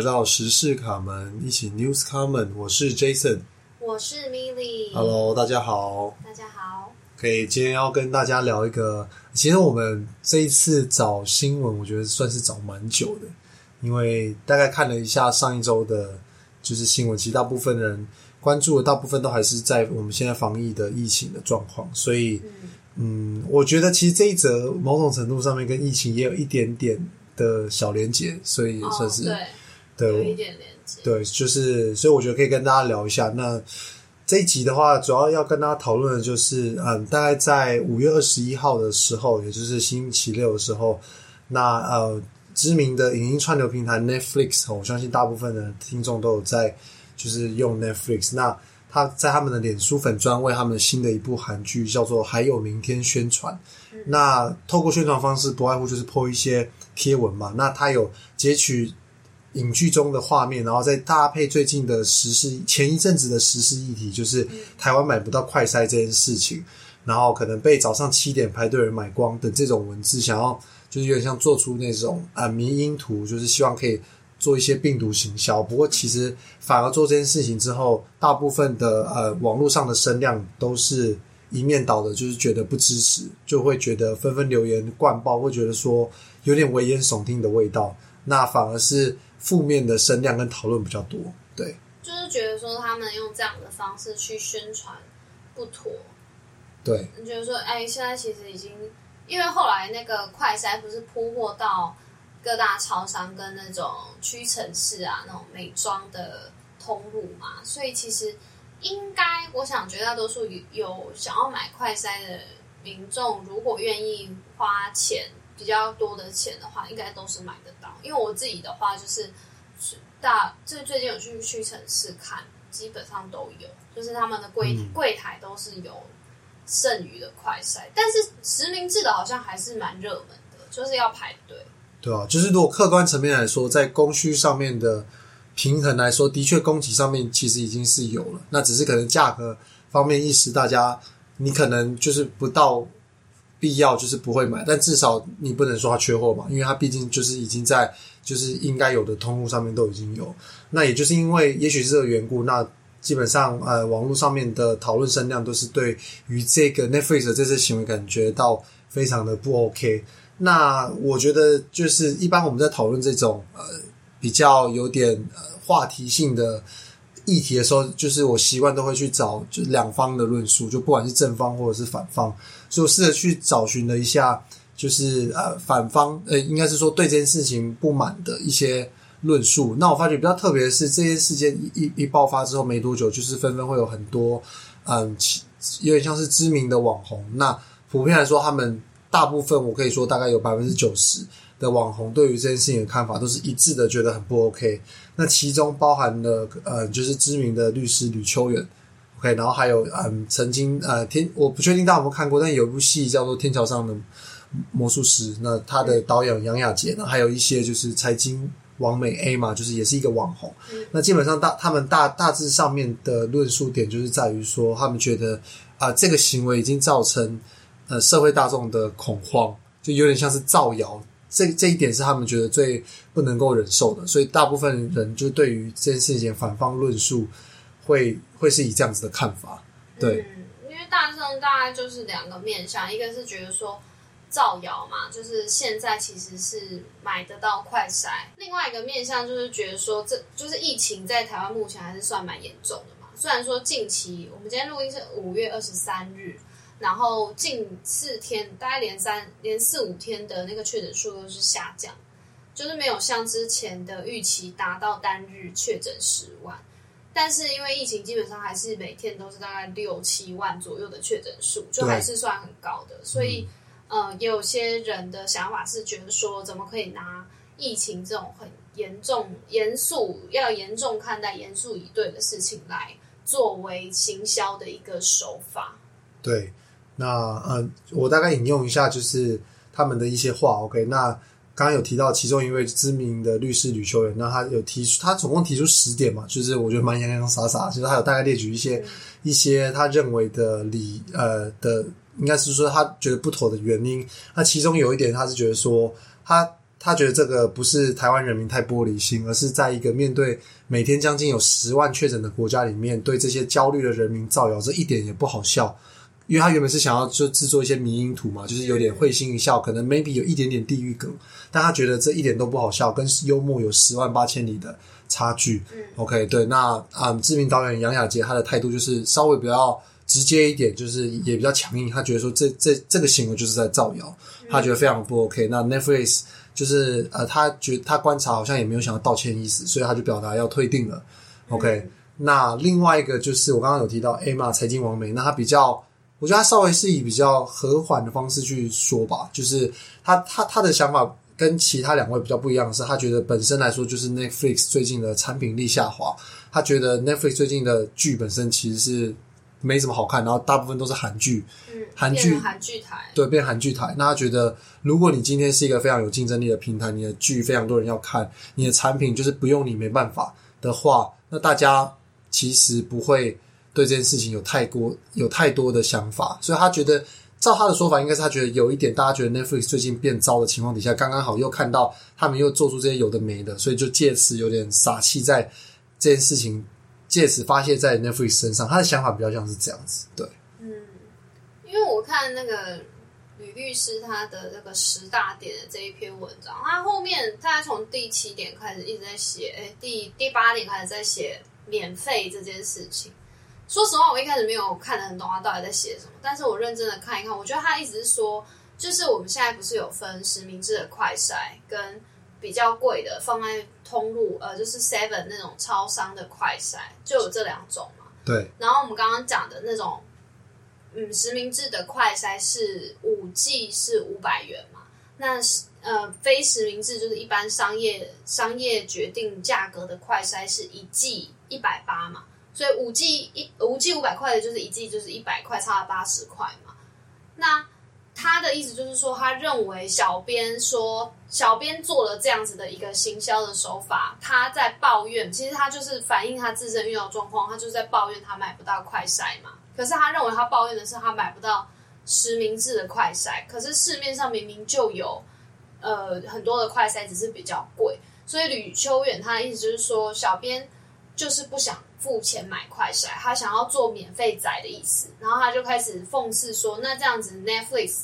到时事卡门，一起 News Common， 我是 Jason， 我是 Millie。 Hello， 大家好。 大家好。 OK， 今天要跟大家聊一个，其实我们这一次找新闻，我觉得算是找蛮久的，因为大概看了一下上一周的，就是新闻，其实大部分人关注的大部分都还是在我们现在防疫的疫情的状况，所以我觉得其实这一则某种程度上面跟疫情也有一点点的小连结，所以也算是、 对有一点连结。 对，就是所以我觉得可以跟大家聊一下。那这一集的话，主要要跟大家讨论的就是大概在5月21号的时候，也就是星期六的时候，那知名的影音串流平台 Netflix， 我相信大部分的听众都有在就是用 Netflix， 那他在他们的脸书粉专为他们新的一部韩剧叫做还有明天宣传，那透过宣传方式不外乎就是 po 一些贴文嘛，那他有截取影剧中的画面，然后再搭配最近的时事，前一阵子的时事议题，就是台湾买不到快筛这件事情，然后可能被早上7点排队人买光等这种文字，想要就是有点像做出那种迷因图，就是希望可以做一些病毒行销。不过其实反而做这件事情之后，大部分的网络上的声量都是一面倒的，就是觉得不支持，就会觉得纷纷留言灌爆，会觉得说有点危言耸听的味道，那反而是负面的声量跟讨论比较多。对， 就是觉得说他们用这样的方式去宣传不妥。 对， 你觉得说现在其实已经，因为后来那个快筛不是铺货到各大超商跟那种屈臣氏啊那种美妆的通路嘛，所以其实应该我想绝大多数有想要买快筛的民众，如果愿意花钱比较多的钱的话，应该都是买得到。因为我自己的话就是最近有去屈臣氏看，基本上都有，就是他们的柜台都是有剩余的快筛，但是实名制的好像还是蛮热门的，就是要排队。 对啊，就是如果客观层面来说，在供需上面的平衡来说，的确供给上面其实已经是有了，那只是可能价格方面一时大家你可能就是不到必要就是不会买，但至少你不能说它缺货嘛，因为它毕竟就是已经在就是应该有的通路上面都已经有。那也就是因为也许是这个缘故，那基本上网络上面的讨论声量都是对于这个 Netflix 的这次行为感觉到非常的不 OK。那我觉得就是一般我们在讨论这种比较有点话题性的议题的时候，就是我习惯都会去找就是两方的论述，就不管是正方或者是反方，所以我试着去找寻了一下就是反方应该是说对这件事情不满的一些论述。那我发觉比较特别的是，这些事件一爆发之后没多久，就是纷纷会有很多有点像是知名的网红，那普遍来说他们大部分我可以说大概有 90% 的网红对于这件事情的看法都是一致的，觉得很不 OK。那其中包含了就是知名的律师吕秋远 OK， 然后还有曾经我不确定大家有没有看过，但有一部戏叫做《天桥上的魔术师》，那他的导演杨雅洁，那还有一些就是财经网美 A 嘛，就是也是一个网红。那基本上他们大致上面的论述点就是在于说，他们觉得这个行为已经造成社会大众的恐慌，就有点像是造谣。这一点是他们觉得最不能够忍受的，所以大部分人就对于这件事情反方论述会是以这样子的看法。对， 因为大概就是两个面向，一个是觉得说造谣嘛，就是现在其实是买得到快筛，另外一个面向就是觉得说这就是疫情在台湾目前还是算蛮严重的嘛。虽然说近期我们今天录音是5月23日，然后近4天大概连4、5天的那个确诊数都是下降，就是没有像之前的预期达到单日确诊10万，但是因为疫情基本上还是每天都是大概6、7万左右的确诊数，就还是算很高的，所以也有些人的想法是觉得说怎么可以拿疫情这种很严重要严重看待严肃以对的事情来作为行销的一个手法。 对，那我大概引用一下就是他们的一些话 OK。 那刚刚有提到其中一位知名的律师吕秋远，那他总共提出10点嘛，就是我觉得蛮洋洋洒洒，就是他有大概列举一些他认为的应该是说他觉得不妥的原因。那其中有一点他是觉得说他他觉得这个不是台湾人民太玻璃心，而是在一个面对每天将近有10万确诊的国家里面，对这些焦虑的人民造谣，这一点也不好笑。因为他原本是想要就制作一些迷因图嘛，就是有点会心一笑，可能 maybe 有一点点地狱梗，但他觉得这一点都不好笑，跟幽默有10万8千里的差距。OK， 对，那知名导演杨雅洁他的态度就是稍微比较直接一点，就是也比较强硬，他觉得说这个行为就是在造谣，他觉得非常不 OK。那 Netflix 就是他观察好像也没有想要道歉意思，所以他就表达要退订了。OK，那另外一个就是我刚刚有提到 Emma 财经网美，那他比较。我觉得他稍微是以比较和缓的方式去说吧，就是他的想法跟其他2位比较不一样的是，他觉得本身来说就是 Netflix 最近的产品力下滑，他觉得 Netflix 最近的剧本身其实是没什么好看，然后大部分都是韩剧， 变韩剧台， 对，变韩剧台。那他觉得如果你今天是一个非常有竞争力的平台，你的剧非常多人要看，你的产品就是不用你没办法的话，那大家其实不会对这件事情有太多的想法，所以他觉得，照他的说法，应该是他觉得有一点，大家觉得 Netflix 最近变糟的情况底下，刚刚好又看到他们又做出这些有的没的，所以就借此有点撒气在这件事情，借此发泄在 Netflix 身上。他的想法比较像是这样子，对。 因为我看那个吕律师他的这个10大点的这一篇文章，他后面大概从第7点开始一直在写，第8点开始在写免费这件事情。说实话，我一开始没有看得很懂他到底在写什么，但是我认真的看一看，我觉得他一直是说，就是我们现在不是有分实名制的快筛跟比较贵的放在通路，就是 Seven 那种超商的快筛，就有这2种嘛。 对。 然后我们刚刚讲的那种，实名制的快筛是5剂是500元嘛，那非实名制就是一般商业决定价格的快筛是1剂180嘛。所以5剂500块的就是1剂就是100块，差了80块嘛。那他的意思就是说，他认为小编做了这样子的一个行销的手法，他在抱怨，其实他就是反映他自身遇到状况，他就是在抱怨他买不到快筛嘛。可是他认为他抱怨的是他买不到实名制的快筛，可是市面上明明就有很多的快筛，只是比较贵。所以吕秋远他的意思就是说，小编就是不想付钱买快筛，他想要做免费仔的意思，然后他就开始讽刺说，那这样子 Netflix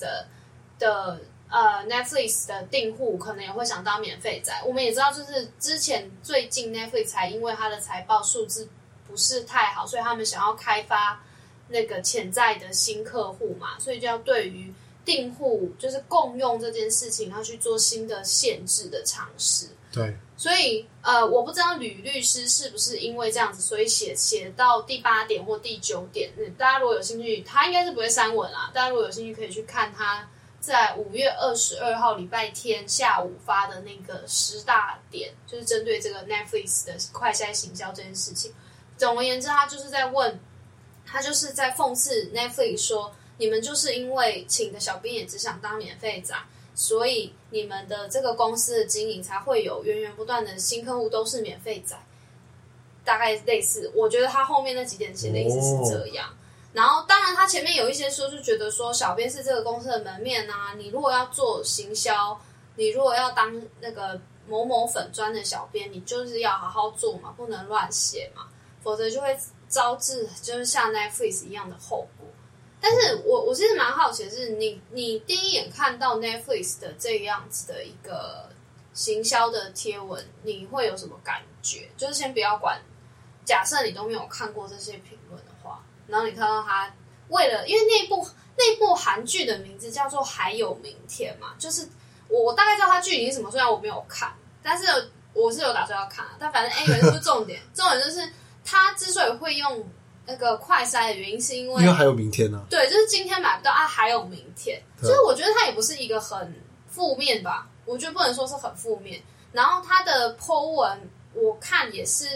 的订户可能也会想当免费仔。我们也知道，就是最近 Netflix 才因为他的财报数字不是太好，所以他们想要开发那个潜在的新客户嘛，所以就要对于订户就是共用这件事情，要去做新的限制的尝试。 对。 所以我不知道吕律师是不是因为这样子，所以写到第8点或第9点。大家如果有兴趣，他应该是不会删文啦。大家如果有兴趣，可以去看他在5月22号礼拜天下午发的那个10大点，就是针对这个 Netflix 的快筛行销这件事情。总而言之，他就是在讽刺 Netflix 说，你们就是因为请的小编也只想当免费仔，所以你们的这个公司的经营才会有源源不断的新客户都是免费仔，大概类似。我觉得他后面那几点写的意思是这样。然后当然他前面有一些说，就觉得说小编是这个公司的门面啊，你如果要做行销，你如果要当那个某某粉专的小编，你就是要好好做嘛，不能乱写嘛，否则就会招致就是像 Netflix 一样的后果。但是我其实蛮好奇的是，你第一眼看到 Netflix 的这样子的一个行销的贴文，你会有什么感觉？就是先不要管，假设你都没有看过这些评论的话，然后你看到他为了，因为那部韩剧的名字叫做《还有明天》嘛，就是我大概知道它剧情是什么，虽然我没有看，但是我是有打算要看，但反正anyway不是重点，重点就是他之所以会用那个快筛的原因，是因为还有明天啊。 对，就是今天买不到啊，还有明天。就是我觉得它也不是一个很负面吧，我觉得不能说是很负面。然后他的 po 文我看也是，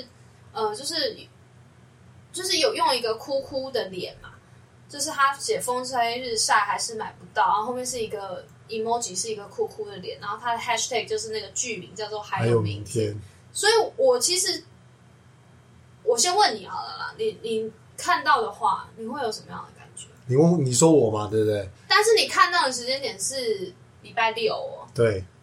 就是有用一个哭哭的脸嘛，就是他写风吹日晒还是买不到，然后后面是一个 emoji 是一个哭哭的脸，然后他的 hashtag 就是那个剧名叫做还有明天。所以我其实我先问你好了啦，你看到的话，你会有什么样的感觉？ 你说我嘛，对不对？ 但是你看到的时间点是礼拜6哦。 对。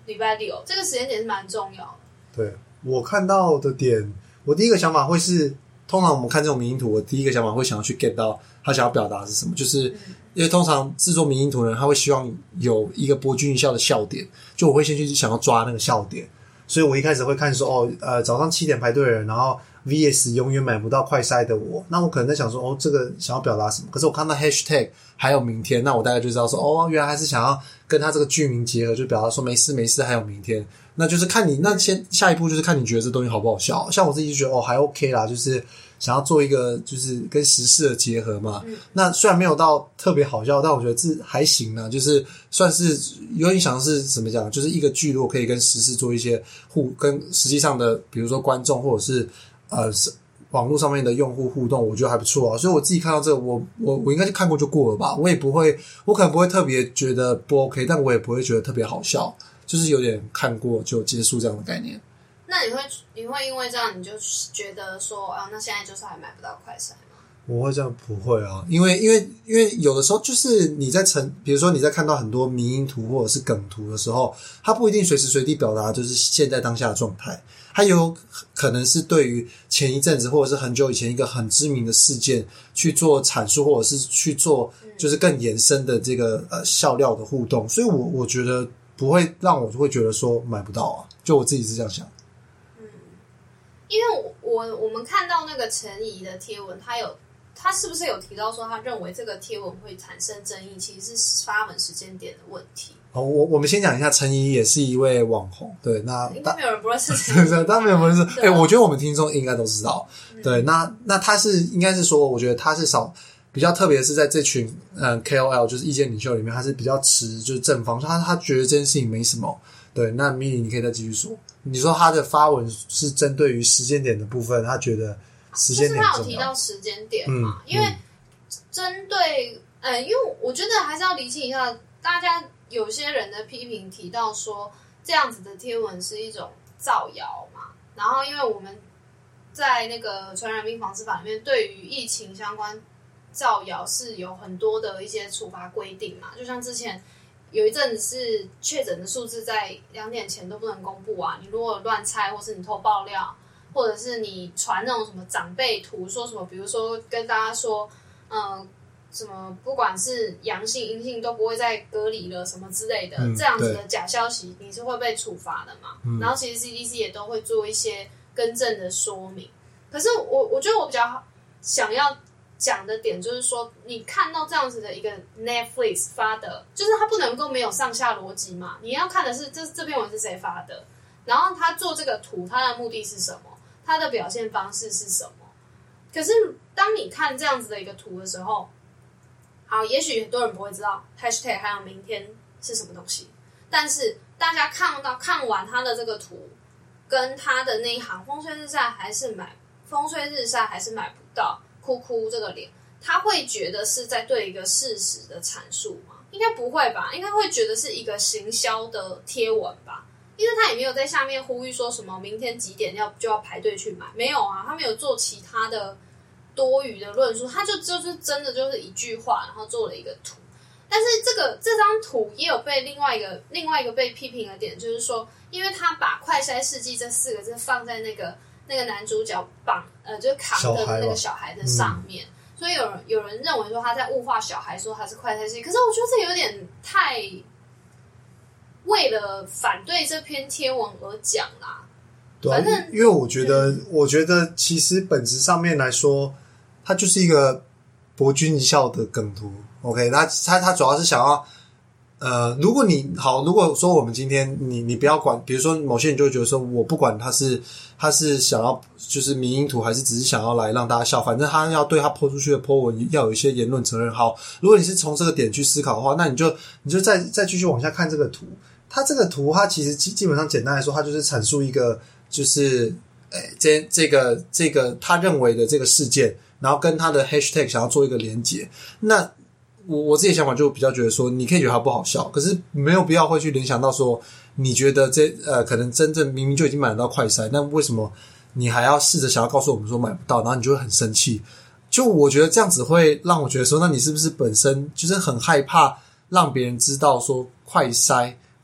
礼拜六，这个时间点是蛮重要的。 对，我看到的点，我第一个想法会是，通常我们看这种迷因图，我第一个想法会想要去 get 到他想要表达的是什么，就是因为通常制作迷因图的人，他会希望有一个博君一笑的笑点，就我会先去想要抓那个笑点，所以我一开始会看说，早上7点排队的人，然后 VS 永远买不到快筛的我，那我可能在想说，这个想要表达什么？可是我看到 hashtag 还有明天，那我大概就知道说，原来还是想要跟他这个剧名结合，就表达说没事没事，还有明天。那就是看你，那下一步就是看你觉得这东西好不好笑。像我自己就觉得还 OK 啦，就是想要做一个就是跟时事的结合嘛。那虽然没有到特别好笑，但我觉得这还行啦，就是算是有点想是怎么讲，就是一个剧如果可以跟时事做一些跟实际上的，比如说观众或者是网络上面的用户互动，我觉得还不错啊。所以我自己看到这个，我应该就看过就过了吧。我可能不会特别觉得不 OK， 但我也不会觉得特别好笑。就是有点看过就结束这样的概念。 那你会因为这样你就觉得说那现在就是还买不到快筛吗？ 我会这样不会啊，因为有的时候就是你在比如说你在看到很多迷因图或者是梗图的时候，它不一定随时随地表达就是现在当下的状态，它有可能是对于前一阵子或者是很久以前一个很知名的事件去做阐述，或者是去做就是更延伸的这个笑料的互动，所以我觉得不会让我会觉得说买不到啊，就我自己是这样想。 因为我们看到那个陈怡的贴文，他是不是有提到说他认为这个贴文会产生争议，其实是发文时间点的问题。 我们先讲一下，陈怡也是一位网红，对，那应该没有人不认识陈怡， 当然没有人认识。我觉得我们听众应该都知道，对，那他是应该是说，我觉得他是比较特别的是在这群KOL 就是意见领袖里面，他是比较持就是正方，他觉得这件事情没什么。对，那 Milly 你可以再继续说，你说他的发文是针对于时间点的部分，他觉得时间点就是他有提到时间点嘛，因为针对因为我觉得还是要厘清一下，大家有些人的批评提到说这样子的贴文是一种造谣嘛，然后因为我们在那个传染病防治法里面对于疫情相关造谣是有很多的一些处罚规定嘛，就像之前有一阵子是确诊的数字在2点前都不能公布啊，你如果乱猜或是你偷爆料，或者是你传那种什么长辈图，说什么比如说跟大家说什么不管是阳性阴性都不会再隔离了什么之类的，这样子的假消息你是会被处罚的嘛，然后其实 CDC 也都会做一些更正的说明。可是我觉得我比较想要讲的点就是说，你看到这样子的一个 Netflix 发的，就是它不能够没有上下逻辑嘛，你要看的是这篇文是谁发的，然后他做这个图他的目的是什么，他的表现方式是什么。可是当你看这样子的一个图的时候，好，也许很多人不会知道 hashtag 还有明天是什么东西，但是大家看完他的这个图跟他的那一行风吹日晒还是买不到，哭哭这个脸，他会觉得是在对一个事实的阐述吗？应该不会吧，应该会觉得是一个行销的贴文吧，因为他也没有在下面呼吁说什么明天几点就要排队去买，没有啊，他没有做其他的多余的论述，他就是真的就是一句话，然后做了一个图。但是这张图也有被另外一个被批评的点，就是说，因为他把快筛试剂这4个字放在那个男主角就是扛的那个小孩的上面，所以有人认为说他在物化小孩，说他是快筛试剂。可是我觉得这有点太为了反对这篇贴文而讲啦。 对啊，反正因为我觉得其实本质上面来说，它就是一个博君一笑的梗图。OK， 他主要是想要如果说我们今天你不要管，比如说某些人就会觉得说，我不管他是想要就是迷因图，还是只是想要来让大家笑，反正他要对他po出去的po文要有一些言论责任。好，如果你是从这个点去思考的话，那你就再继续往下看这个图。它这个图它其实基本上简单来说，它就是阐述一个就是这个他认为的这个事件，然后跟他的 hashtag 想要做一个连结。那我自己的想法就比较觉得说，你可以觉得它不好笑，可是没有必要会去联想到说，你觉得可能真正明明就已经买得到快筛，那为什么你还要试着想要告诉我们说买不到，然后你就会很生气。就我觉得这样子会让我觉得说，那你是不是本身就是很害怕让别人知道说快筛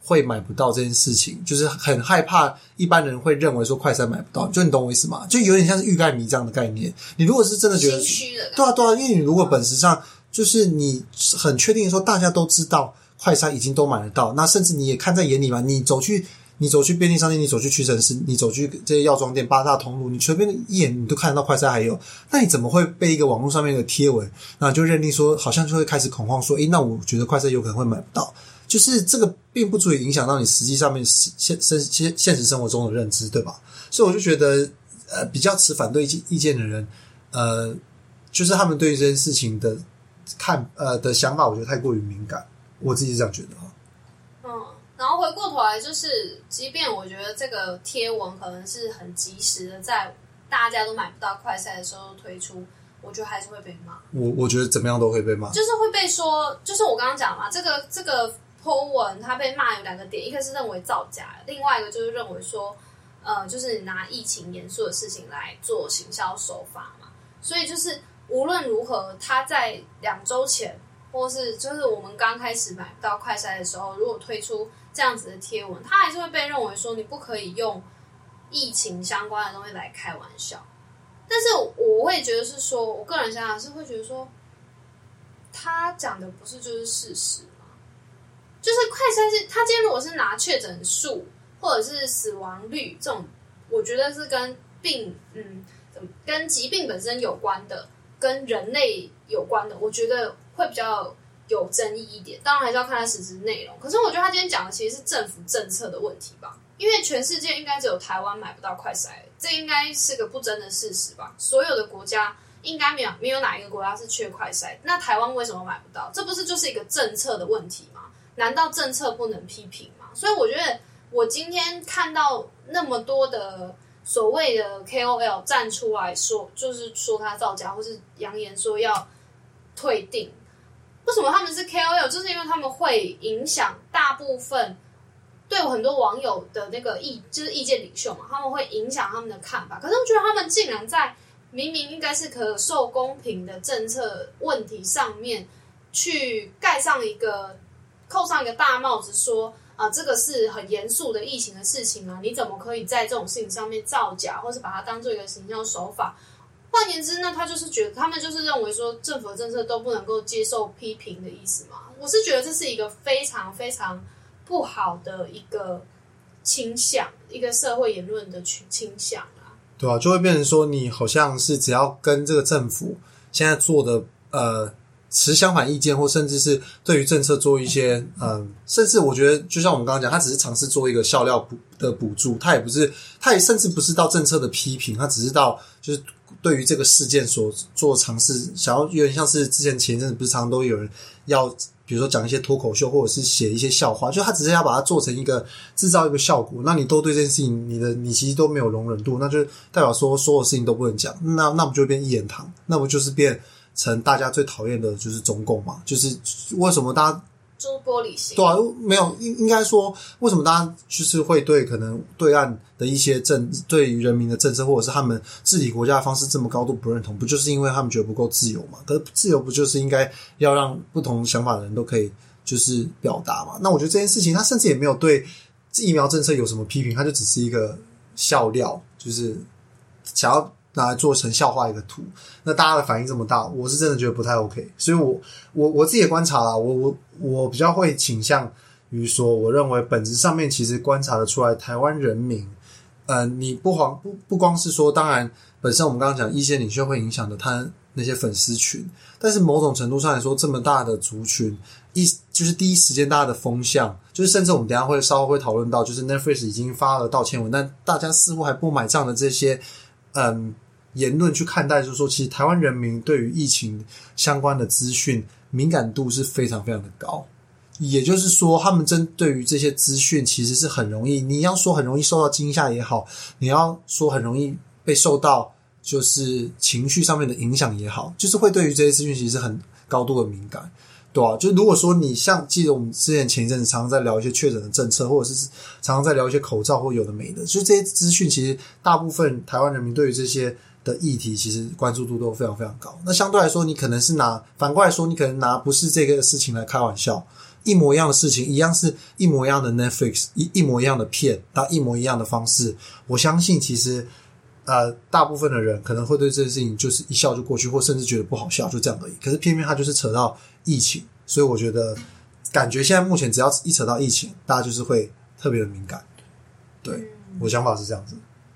会买不到这件事情，就是很害怕一般人会认为说快筛买不到，就你懂我意思吗？就有点像是欲盖弥彰的概念。你如果是真的觉得心虚的感觉， 对啊对啊，因为你如果本质上就是你很确定说大家都知道快筛已经都买得到，那甚至你也看在眼里嘛，你走去便利商店，你走去屈臣氏，你走去这些药妆店、八大通路，你随便一眼你都看得到快筛还有，那你怎么会被一个网络上面的贴文，那就认定说好像就会开始恐慌说，那我觉得快筛有可能会买不到，就是这个并不足以影响到你实际上面现实生活中的认知，对吧？所以我就觉得比较持反对意见的人，就是他们对于这件事情的的想法，我觉得太过于敏感，我自己是这样觉得。 然后回过头来，就是即便我觉得这个贴文可能是很及时的，在大家都买不到快筛的时候推出，我觉得还是会被骂。我觉得怎么样都会被骂， 就是会被说，就是我刚刚讲嘛，这个 po 文它被骂有两个点，一个是认为造假，另外一个就是认为说，就是拿疫情严肃的事情来做行销手法嘛，所以就是无论如何，他在2周前，或是就是我们刚开始买不到快筛的时候，如果推出这样子的贴文，它还是会被认为说你不可以用疫情相关的东西来开玩笑。但是我会觉得是说，我个人想法是会觉得说，他讲的不是就是事实吗？就是快筛是，他今天如果是拿确诊数或者是死亡率这种，我觉得是跟跟疾病本身有关的，跟人类有关的，我觉得会比较有争议一点，当然还是要看它实质内容。可是我觉得他今天讲的其实是政府政策的问题吧，因为全世界应该只有台湾买不到快筛，这应该是个不争的事实吧。所有的国家应该没有哪一个国家是缺快筛，那台湾为什么买不到？这不是就是一个政策的问题吗？难道政策不能批评吗？所以我觉得我今天看到那么多的所谓的 KOL 站出来说，就是说他造假，或是扬言说要退订。为什么他们是 KOL？ 就是因为他们会影响大部分对我很多网友的那个就是意见领袖嘛，他们会影响他们的看法。可是我觉得他们竟然在明明应该是可受公平的政策问题上面，去扣上一个大帽子说这个是很严肃的疫情的事情啊，你怎么可以在这种事情上面造假，或是把它当做一个行销手法？换言之呢，他们就是认为说政府的政策都不能够接受批评的意思嘛。我是觉得这是一个非常非常不好的一个倾向，一个社会言论的倾向啊。 对啊，就会变成说你好像是只要跟这个政府现在做的持相反意见，或甚至是对于政策做一些甚至我觉得就像我们刚刚讲，他只是尝试做一个笑料的补助，他也甚至不是到政策的批评，他只是到就是对于这个事件所做尝试，想要有点像是之前前一阵子不是常常都有人要比如说讲一些脱口秀或者是写一些笑话，就他只是要把它做成一个制造一个效果，那你都对这件事情你其实都没有容忍度，那就代表说所有事情都不能讲，那不就会变一言堂，那不就是变成大家最讨厌的就是中共嘛？就是为什么大家就是玻璃心？ 对啊，没有应该说为什么大家就是会对可能对岸的一些对于人民的政策或者是他们治理国家的方式这么高度不认同，不就是因为他们觉得不够自由嘛？可是自由不就是应该要让不同想法的人都可以就是表达嘛？那我觉得这件事情他甚至也没有对疫苗政策有什么批评，他就只是一个笑料，就是想要拿来做成笑话一个图，那大家的反应这么大，我是真的觉得不太 OK。所以我自己的观察啦，我比较会倾向于说，我认为本质上面其实观察得出来，台湾人民，你不光是说，当然本身我们刚刚讲一线领袖会影响的他那些粉丝群，但是某种程度上来说，这么大的族群，就是第一时间大家的风向，就是甚至我们等一下稍后会讨论到，就是 Netflix 已经发了道歉文，但大家似乎还不买账的这些言论去看待，就是说其实台湾人民对于疫情相关的资讯敏感度是非常非常的高，也就是说他们针对于这些资讯其实是很容易，你要说很容易受到惊吓也好，你要说很容易被受到就是情绪上面的影响也好，就是会对于这些资讯其实是很高度的敏感，对啊，就如果说你像记得我们之前一阵子常常在聊一些确诊的政策，或者是常常在聊一些口罩或有的没的，就这些资讯其实大部分台湾人民对于这些的议题其实关注度都非常非常高。那相对来说你可能是反过来说你可能拿不是这个事情来开玩笑， 一模一样的事情，一样是一模一样的 Netflix， 一模一样的片，然后一模一样的方式，我相信其实大部分的人可能会对这件事情就是一笑就过去，或甚至觉得不好笑，就这样而已。可是偏偏他就是扯到疫情，所以我觉得感觉现在目前只要一扯到疫情，大家就是会特别的敏感。对，我想法是这样子。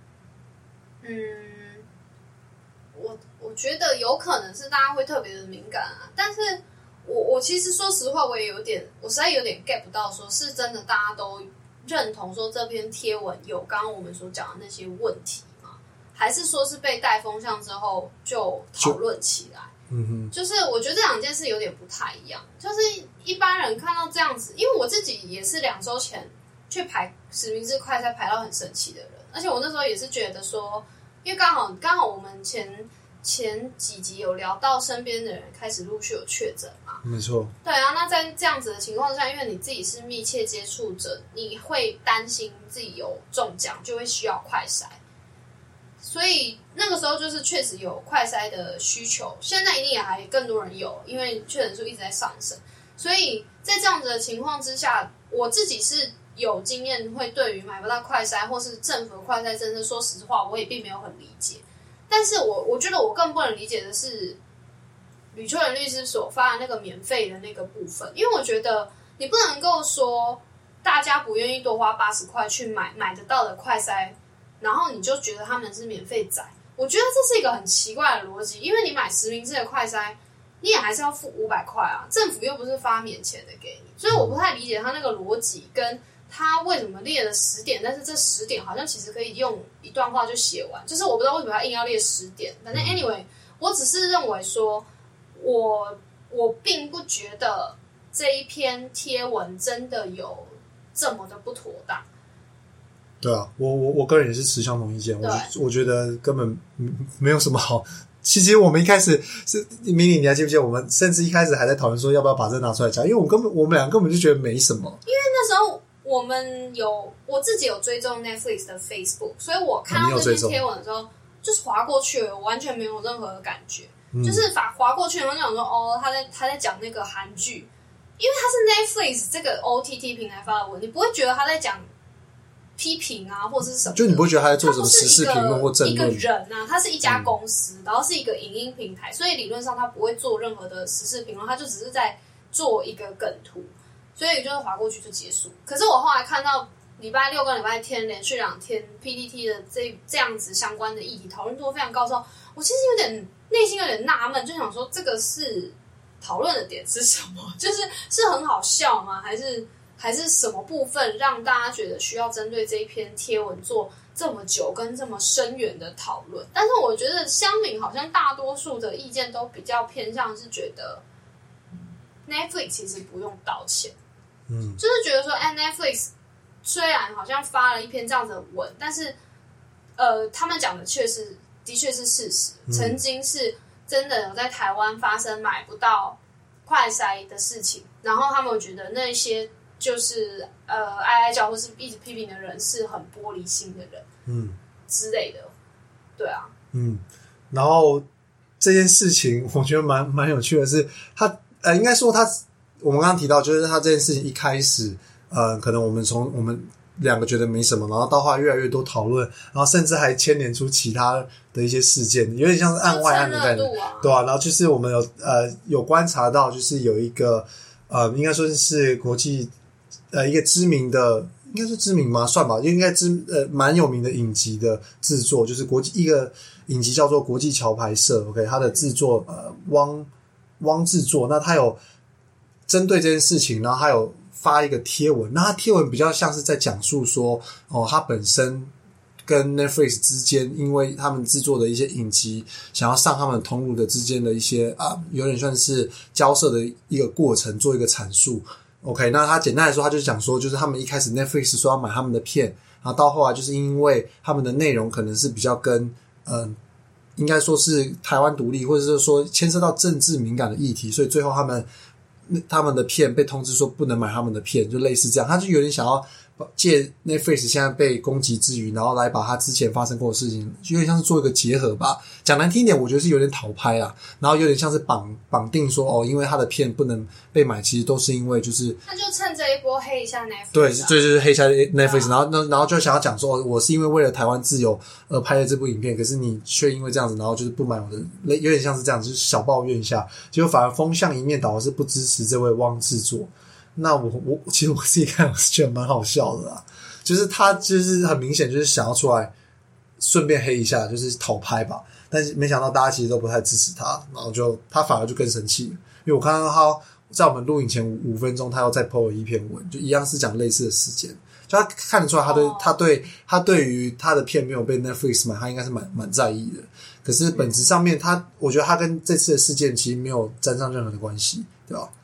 我觉得有可能是大家会特别的敏感啊，但是我其实说实话，我实在有点 get 不到，说是真的大家都认同说这篇贴文有刚刚我们所讲的那些问题吗？还是说是被带风向之后就讨论起来？就是我觉得这两件事有点不太一样。就是一般人看到这样子，因为我自己也是2周前去排实名制快筛排到很生气的人，而且我那时候也是觉得说，因为刚好我们前几集有聊到身边的人开始陆续有确诊嘛， 没错。 对啊，那在这样子的情况下，因为你自己是密切接触者，你会担心自己有中奖，就会需要快筛，所以那个时候就是确实有快筛的需求。现在一定也还更多人有，因为确诊数一直在上升，所以在这样子的情况之下，我自己是有经验，会对于买不到快筛或是政府的快筛政策，说实话，我也并没有很理解。但是我觉得我更不能理解的是吕秋远律师所发的那个免费的那个部分，因为我觉得你不能够说大家不愿意多花80块去买得到的快筛，然后你就觉得他们是免费仔。我觉得这是一个很奇怪的逻辑，因为你买实名制的快筛，你也还是要付500块啊，政府又不是发免钱的给你，所以我不太理解他那个逻辑跟他为什么列了10点，但是这10点好像其实可以用一段话就写完，就是我不知道为什么他硬要列10点。反正 anyway， 我只是认为说，我并不觉得这一篇贴文真的有这么的不妥当。 对啊，我个人也是持相同意见，我觉得根本没有什么好。其实我们一开始是明理，你还记不记得我们甚至一开始还在讨论说要不要把这拿出来讲，因为我们俩根本就觉得没什么。 因为那时候我自己有追踪 Netflix 的 Facebook， 所以我看到这篇贴文的时候，就是滑过去了，我完全没有任何的感觉，就是滑过去，然后就想说哦，他在讲那个韩剧，因为他是 Netflix 这个 OTT 平台发的文，你不会觉得他在讲批评啊，或者是什么， 就你不会觉得他在做什么时事评论或争论。 一个人啊，他是一家公司，然后是一个影音平台，所以理论上他不会做任何的时事评论，他就只是在做一个梗图，所以就是划过去就结束。可是我后来看到礼拜6跟礼拜天连续2天 PTT 的这样子相关的议题讨论度非常高之后，我其实内心有点纳闷，就想说这个是讨论的点是什么？是很好笑吗？还是什么部分让大家觉得需要针对这一篇贴文做这么久跟这么深远的讨论？但是我觉得乡民好像大多数的意见都比较偏向是觉得 Netflix 其实不用道歉，就是觉得说Netflix 虽然好像发了一篇这样子的文，但是他们讲的的确是事实，曾经是真的有在台湾发生买不到快筛的事情，然后他们觉得那些就是哀哀叫或是一直批评的人是很玻璃心的人，之类的，对啊， 然后这件事情我觉得蛮有趣的是，他应该说我们刚刚提到，就是他这件事情一开始，可能我们2个觉得没什么，然后到后来越来越多讨论，然后甚至还牵连出其他的一些事件，有点像是案外案的概念，对啊，然后就是我们有观察到，就是有一个应该说是国际一个知名的，应该是知名吗？算吧，应该蛮有名的影集的制作，就是一个影集叫做国际桥牌社 ，OK， 它的制作汪制作，那他有针对这件事情，然后他有发一个贴文，那他贴文比较像是在讲述说，他本身跟 Netflix 之间，因为他们制作的一些影集想要上他们通路的之间的一些有点算是交涉的一个过程，做一个阐述。OK， 那他简单来说，他就讲说，就是他们一开始 Netflix 说要买他们的片，然后到后来就是因为他们的内容可能是比较跟应该说是台湾独立，或者是说牵涉到政治敏感的议题，所以最后他们的片被通知说不能买他们的片，就类似这样，他就有点想要借 Netflix 现在被攻击之余，然后来把它之前发生过的事情，有点像是做一个结合吧。讲难听一点，我觉得是有点讨拍啦，然后有点像是绑定说因为他的片不能被买，其实都是因为就是他就趁这一波黑一下 Netflix， 对，就是黑一下 Netflix，然后就想要讲说我是因为为了台湾自由而拍的这部影片，可是你却因为这样子，然后就是不买我的，有点像是这样，就是小抱怨一下，结果反而风向一面倒，是不支持这位汪制作。那其实我自己看我是觉得蛮好笑的啦，就是他就是很明显就是想要出来顺便黑一下，就是讨拍吧，但是没想到大家其实都不太支持他，然后他反而就更生气了，因为我看到他在我们录影前5分钟，他又再 po 了一篇文，就一样是讲类似的事件，就他看得出来他对于他的片没有被 Netflix 买，他应该是蛮在意的。可是本质上面我觉得他跟这次的事件其实没有沾上任何的关系，对吧？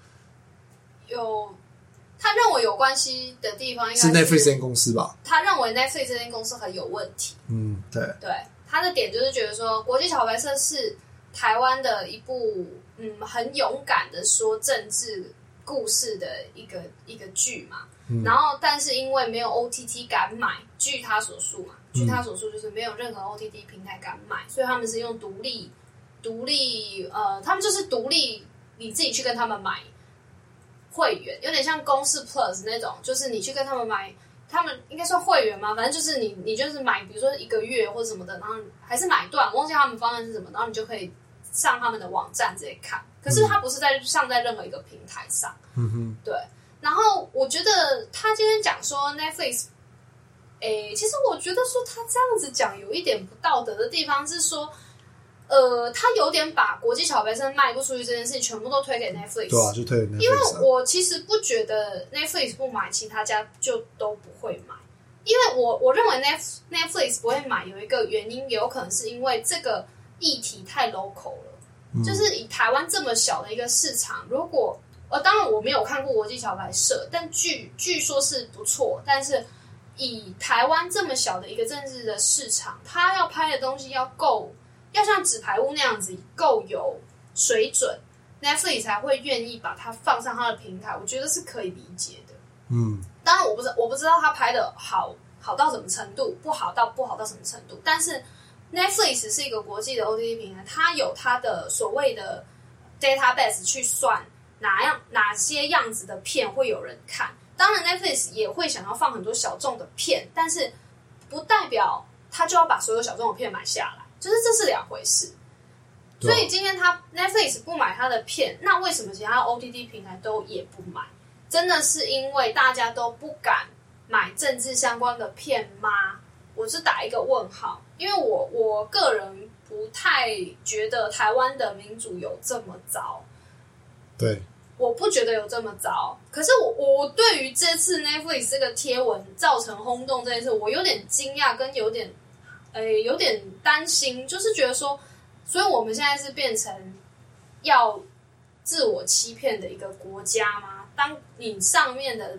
他认为有关系的地方应该是 Netflix 这间公司吧？ 他认为 Netflix 这间公司很有问题。 对。 他的点就是觉得说，《国际小白册》是台湾的一部很勇敢的说政治故事的一个剧嘛。然后，但是因为没有 OTT 敢买，据他所述就是没有任何 OTT 平台敢买，所以他们是用独立，他们就是独立，你自己去跟他们买会员，有点像公视 Plus 那种，就是你去跟他们买，他们应该算会员吗？反正就是你就是买，比如说1个月或者什么的，然后还是买断，忘记他们方案是什么，然后你就可以上他们的网站直接看。可是它不是上在任何一个平台上，对。然后我觉得他今天讲说 Netflix， 其实我觉得说他这样子讲有一点不道德的地方是说，他有点把国际小白生卖不出去这件事情全部都推给 Netflix， 对啊，就推给 Netflix。因为我其实不觉得 Netflix 不买，其他家就都不会买。因为我认为 Netflix 不会买有一个原因，有可能是因为这个议题太 local 了，就是以台湾这么小的一个市场，如果当然我没有看过国际小白社，但据说是不错，但是以台湾这么小的一个政治的市场，他要拍的东西要像纸牌屋那样子够有水准， Netflix 才会愿意把它放上它的平台，我觉得是可以理解的。当然我不知道他拍的好到什么程度，不好到什么程度，但是 Netflix 是一个国际的 OTT 平台，它有它的所谓的 database 去算哪些样子的片会有人看。当然 Netflix 也会想要放很多小众的片，但是不代表他就要把所有小众的片买下来，就是这是两回事。所以今天Netflix 不买他的片，那为什么其他 OTT 平台都也不买？真的是因为大家都不敢买政治相关的片吗？我是打一个问号，因为我个人不太觉得台湾的民主有这么糟。 对， 我不觉得有这么糟。可是我对于这次 Netflix 这个贴文造成轰动这件事，我有点惊讶，跟有点担心，就是觉得说，所以我们现在是变成要自我欺骗的一个国家吗？当你上面的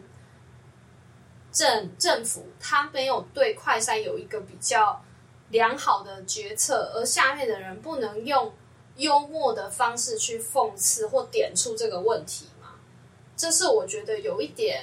政府他没有对快筛有一个比较良好的决策，而下面的人不能用幽默的方式去讽刺或点出这个问题吗？这是我觉得有一点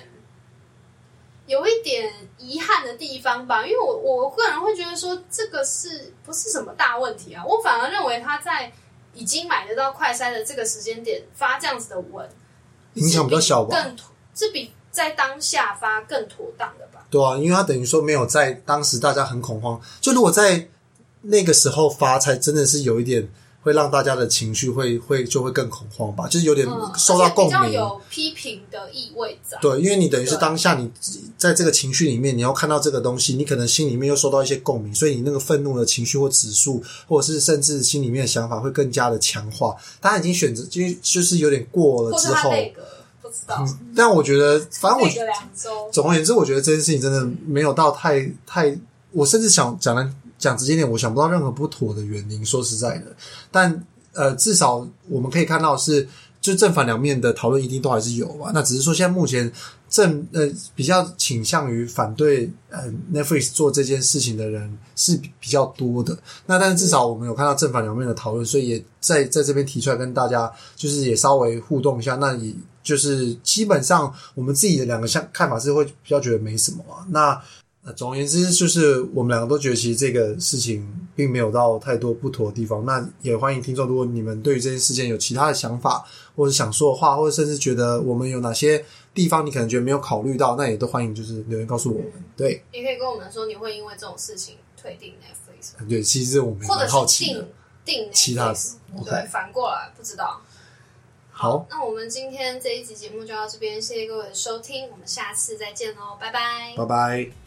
遗憾的地方吧。因为我个人会觉得说，这个是不是什么大问题啊？我反而认为他在已经买得到快筛的这个时间点发这样子的文， 影响比较小吧， 是比在当下发更妥当的吧。 对啊，因为他等于说没有在当时大家很恐慌，就如果在那个时候发，才真的是有一点会让大家的情绪就会更恐慌吧，就是有点受到共鸣， 比较有批评的意味在。 对，因为你等于是当下你在这个情绪里面，你要看到这个东西，你可能心里面又受到一些共鸣，所以你那个愤怒的情绪或指数，或者是甚至心里面的想法会更加的强化。当然已经选择就是有点过了之后， 不知道。 但我觉得，反正 2周。 总而言之，我觉得这件事情真的没有到太，我甚至想讲直接点，我想不到任何不妥的原因。说实在的，但至少我们可以看到是， 就正反两面的讨论一定都还是有吧。那只是说现在目前比较倾向于反对Netflix 做这件事情的人是比较多的。那但是至少我们有看到正反两面的讨论，所以也在这边提出来跟大家就是也稍微互动一下。那也就是基本上我们自己的两个看法是会比较觉得没什么啊。那总而言之，就是我们两个都觉得其实这个事情并没有到太多不妥的地方。那也欢迎听众，如果你们对于这件事件有其他的想法，或者想说的话，或者甚至觉得我们有哪些地方你可能觉得没有考虑到，那也都欢迎就是留言告诉我们。对， 也可以跟我们说你会因为这种事情退订 Netflix。 对，其实我们蛮好奇的， 或者是订其他的。 对，反过来不知道。 好， 那我们今天这一集节目就到这边，谢谢各位的收听，我们下次再见喽，拜拜， 拜拜。